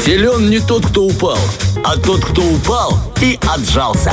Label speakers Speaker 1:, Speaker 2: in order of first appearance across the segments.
Speaker 1: Силен не тот, кто упал, а тот, кто упал и отжался.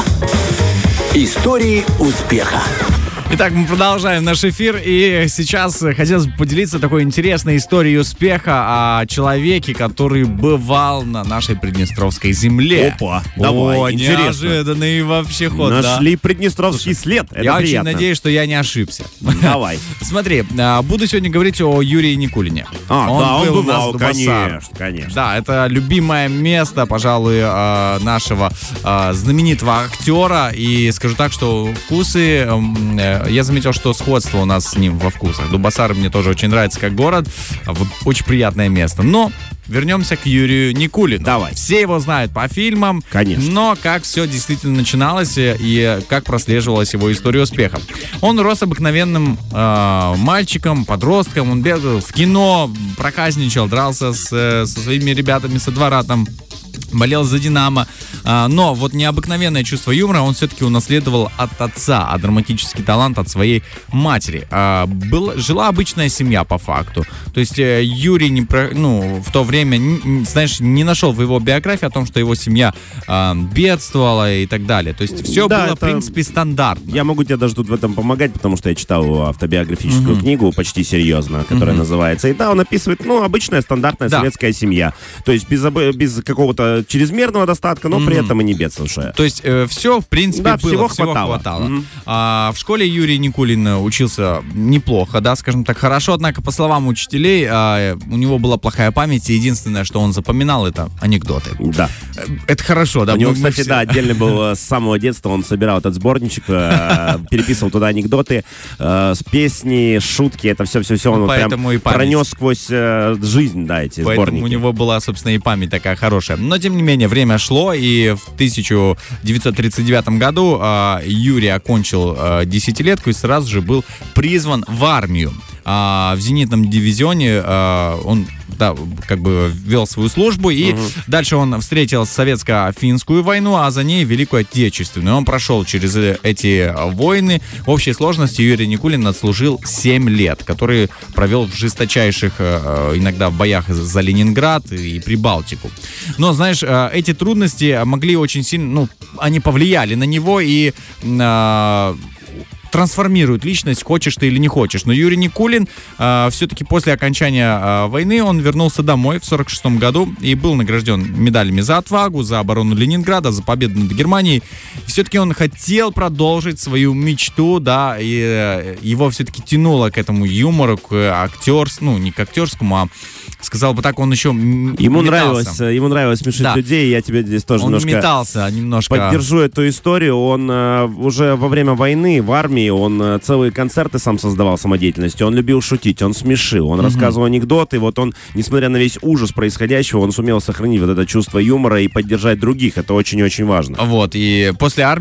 Speaker 1: Истории успеха.
Speaker 2: Итак, мы продолжаем наш эфир, и сейчас хотелось бы поделиться такой интересной историей успеха о человеке, который бывал на нашей Приднестровской земле.
Speaker 3: Опа, давай, интересно.
Speaker 2: Неожиданный вообще ход.
Speaker 3: Нашли Приднестровский след, это
Speaker 2: я
Speaker 3: приятно.
Speaker 2: очень надеюсь, что я не ошибся.
Speaker 3: Давай.
Speaker 2: Смотри, буду сегодня говорить о Юрии Никулине.
Speaker 3: Он
Speaker 2: был у нас
Speaker 3: бывал,
Speaker 2: в Дубасар.
Speaker 3: конечно.
Speaker 2: Да, это любимое место, пожалуй, нашего знаменитого актера. И скажу так, что вкусы... Я заметил, что сходство у нас с ним во вкусах. Дубасар мне тоже очень нравится как город. Очень приятное место. Но вернемся к Юрию Никулину.
Speaker 3: Давай.
Speaker 2: Все его знают по фильмам.
Speaker 3: Конечно.
Speaker 2: Но как все действительно начиналось и как прослеживалась его история успеха. Он рос обыкновенным мальчиком, подростком. Он бегал в кино, проказничал, дрался со своими ребятами со двора там. Болел за «Динамо». Но вот необыкновенное чувство юмора он все-таки унаследовал от отца, а драматический талант от своей матери. Жила обычная семья по факту. То есть Юрий в то время, не нашел в его биографии о том, что его семья бедствовала и так далее. То есть все было, в принципе, стандартно.
Speaker 3: Я могу тебе даже тут в этом помогать, потому что я читал автобиографическую книгу почти серьезно, которая называется. И да, он описывает, обычная стандартная советская семья. То есть без какого-то чрезмерного достатка, но при этом и не бедствовавшая.
Speaker 2: То есть все, в принципе, было,
Speaker 3: всего хватало.
Speaker 2: В школе Юрий Никулин учился неплохо, да, скажем так, хорошо, однако, по словам учителей, у него была плохая память, и единственное, что он запоминал, это анекдоты.
Speaker 3: Да.
Speaker 2: Это хорошо, да.
Speaker 3: У него, кстати, отдельно был с самого детства, он собирал этот сборничек, переписывал туда анекдоты, с песни, шутки, это все он прям пронес сквозь жизнь, да, эти сборники.
Speaker 2: Поэтому у него была, собственно, и память такая хорошая. Но, тем не менее, время шло, и в 1939 году Юрий окончил десятилетку и сразу же был призван в армию. В зенитном дивизионе он вел свою службу, и дальше он встретил советско-финскую войну, а за ней Великую Отечественную. Он прошел через эти войны. В общей сложности Юрий Никулин отслужил 7 лет, которые провел в жесточайших иногда боях за Ленинград и Прибалтику. Но, знаешь, эти трудности могли очень сильно, они повлияли на него и трансформирует личность, хочешь ты или не хочешь. Но Юрий Никулин все-таки после окончания войны он вернулся домой в 1946 году и был награжден медалями за отвагу, за оборону Ленинграда, за победу над Германией. Все-таки он хотел продолжить свою мечту, да, и его все-таки тянуло к этому юмору, к актерскому, не к актерскому, а сказал бы так, он еще
Speaker 3: ему нравилось смешить людей, я тебе здесь тоже немножко поддержу эту историю. Он уже во время войны в армии он целые концерты сам создавал самодеятельностью, он любил шутить, он смешил, он рассказывал анекдоты, вот он, несмотря на весь ужас происходящего, он сумел сохранить вот это чувство юмора и поддержать других, это очень-очень важно.
Speaker 2: Вот, и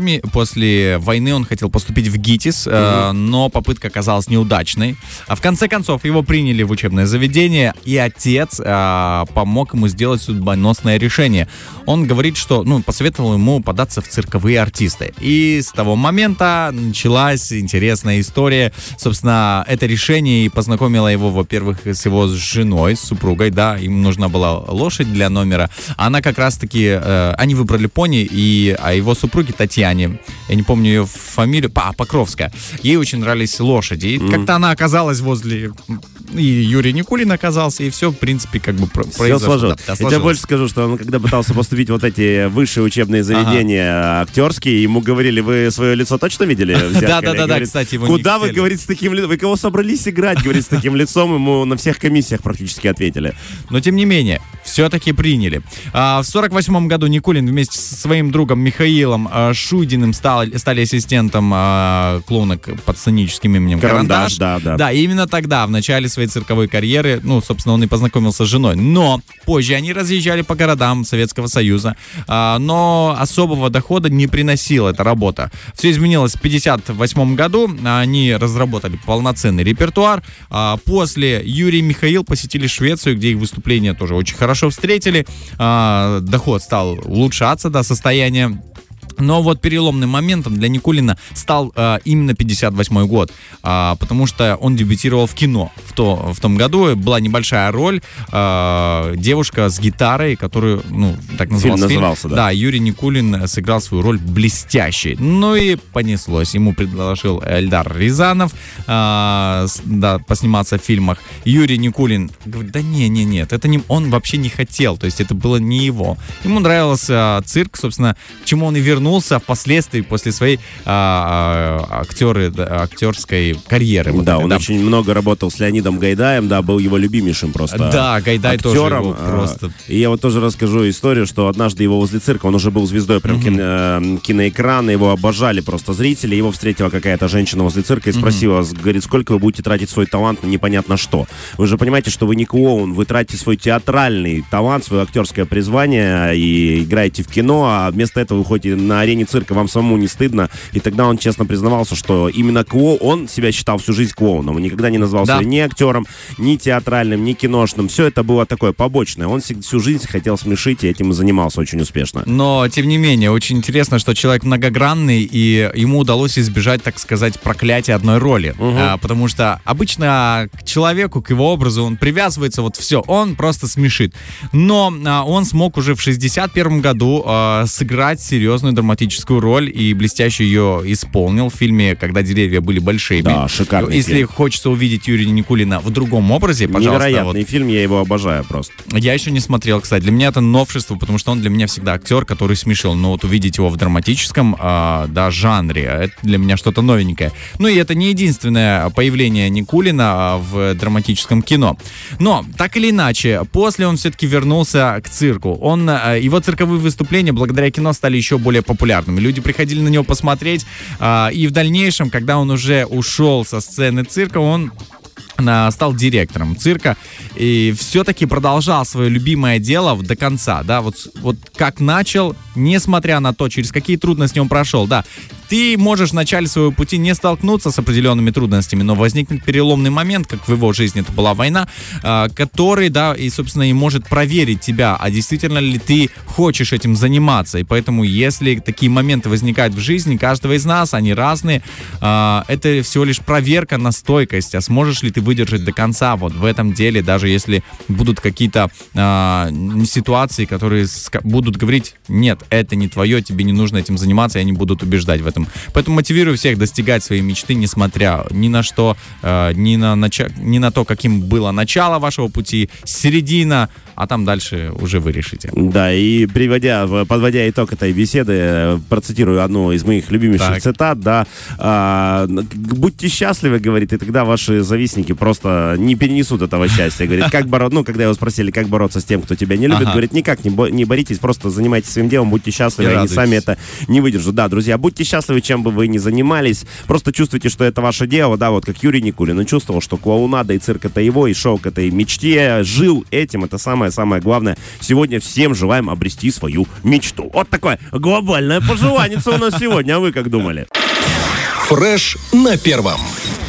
Speaker 2: после войны он хотел поступить в ГИТИС, но попытка оказалась неудачной. В конце концов, его приняли в учебное заведение, и отец помог ему сделать судьбоносное решение. Он говорит, что, посоветовал ему податься в цирковые артисты. И с того момента началась интересная история. Собственно, это решение и познакомило его, во-первых, с его женой, с супругой, да, им нужна была лошадь для номера. Она как раз-таки, они выбрали пони, а его супруге Татьяне, я не помню ее фамилию, Покровская, ей очень нравились лошади. И как-то она оказалась возле... И Юрий Никулин оказался, и все, в принципе, произошло.
Speaker 3: Все сложилось. Я тебе больше скажу, что он, когда пытался поступить в вот эти высшие учебные заведения актерские, ему говорили, вы свое лицо точно видели в зеркале?
Speaker 2: Да, кстати, его
Speaker 3: куда вы, говорит, с таким лицом? Вы кого собрались играть, говорит, с таким лицом? Ему на всех комиссиях практически ответили.
Speaker 2: Но, тем не менее, все-таки приняли. В 1948 году Никулин вместе со своим другом Михаилом Шуйдиным стали ассистентом клоуна под сценическим именем Карандаш. Да, и именно тогда, в начале своей цирковой карьеры, собственно, он и познакомился с женой. Но позже они разъезжали по городам Советского Союза, но особого дохода не приносила эта работа. Все изменилось в 1958 году, они разработали полноценный репертуар. После Юрий и Михаил посетили Швецию, где их выступления тоже очень хорошо встретили. Доход стал улучшаться, состояние. Но вот переломным моментом для Никулина стал именно 58 год, потому что он дебютировал в кино. В том году была небольшая роль, девушка с гитарой, которую, так назывался фильм. Да, Юрий Никулин сыграл свою роль блестящей. Ну и понеслось. Ему предложил Эльдар Рязанов посниматься в фильмах. Юрий Никулин говорит, да нет, это не, он вообще не хотел, то есть это было не его. Ему нравился цирк, собственно, к чему он и вернулся впоследствии после своей актерской карьеры.
Speaker 3: Да, он очень много работал с Леонидом Гайдаем, да, был его любимейшим просто
Speaker 2: да, Гайдай актером. Тоже его просто...
Speaker 3: И я вот тоже расскажу историю, что однажды его возле цирка, он уже был звездой прям киноэкрана, его обожали просто зрители, его встретила какая-то женщина возле цирка и спросила, говорит, сколько вы будете тратить свой талант на непонятно что. Вы же понимаете, что вы не клоун, вы тратите свой театральный талант, свое актерское призвание и играете в кино, а вместо этого вы ходите на арене цирка, вам самому не стыдно. И тогда он честно признавался, что именно он себя считал всю жизнь клоуном. Он никогда не назвал себя ни актером, ни театральным, ни киношным. Все это было такое побочное. Он всю жизнь хотел смешить и этим и занимался очень успешно.
Speaker 2: Но, тем не менее, очень интересно, что человек многогранный, и ему удалось избежать, так сказать, проклятия одной роли. Потому что обычно к человеку, к его образу, он привязывается, вот все, он просто смешит. Но он смог уже в 61 году сыграть серьезную драматическую роль и блестяще ее исполнил в фильме «Когда деревья были большими».
Speaker 3: Да, шикарный
Speaker 2: Если
Speaker 3: фильм.
Speaker 2: Хочется увидеть Юрия Никулина в другом образе, пожалуйста.
Speaker 3: Невероятный фильм, я его обожаю просто.
Speaker 2: Я еще не смотрел, кстати. Для меня это новшество, потому что он для меня всегда актер, который смешил. Но вот увидеть его в драматическом жанре, это для меня что-то новенькое. Ну и это не единственное появление Никулина в драматическом кино. Но, так или иначе, после он все-таки вернулся к цирку. Его цирковые выступления благодаря кино стали еще более популярными. Люди приходили на него посмотреть, и в дальнейшем, когда он уже ушел со сцены цирка, он стал директором цирка и все-таки продолжал свое любимое дело до конца, да, вот как начал, несмотря на то, через какие трудности он прошел, да, ты можешь в начале своего пути не столкнуться с определенными трудностями, но возникнет переломный момент, как в его жизни это была война, который, да, и, собственно, и может проверить тебя, а действительно ли ты хочешь этим заниматься, и поэтому, если такие моменты возникают в жизни каждого из нас, они разные, это всего лишь проверка на стойкость, а сможешь ли ты выдержать до конца вот в этом деле, даже если будут какие-то ситуации, которые будут говорить, нет, это не твое, тебе не нужно этим заниматься, и они будут убеждать в этом. Поэтому мотивирую всех достигать своей мечты, несмотря ни на что, ни на то, каким было начало вашего пути, середина, а там дальше уже вы решите.
Speaker 3: Да, и подводя итог этой беседы, процитирую одну из моих любимейших цитат, да, будьте счастливы, говорит, и тогда ваши завистники просто не перенесут этого счастья. Говорит, когда его спросили, как бороться с тем, кто тебя не любит, говорит, никак не боритесь, просто занимайтесь своим делом, будьте счастливы, и они сами это не выдержат. Да, друзья, будьте счастливы, чем бы вы ни занимались, просто чувствуйте, что это ваше дело, да, вот как Юрий Никулин, он чувствовал, что клоунада и цирк это его, и шел к этой мечте, жил этим, это самое главное. Сегодня всем желаем обрести свою мечту. Вот такое глобальное пожелание у нас сегодня, а вы как думали?
Speaker 1: Фреш на первом.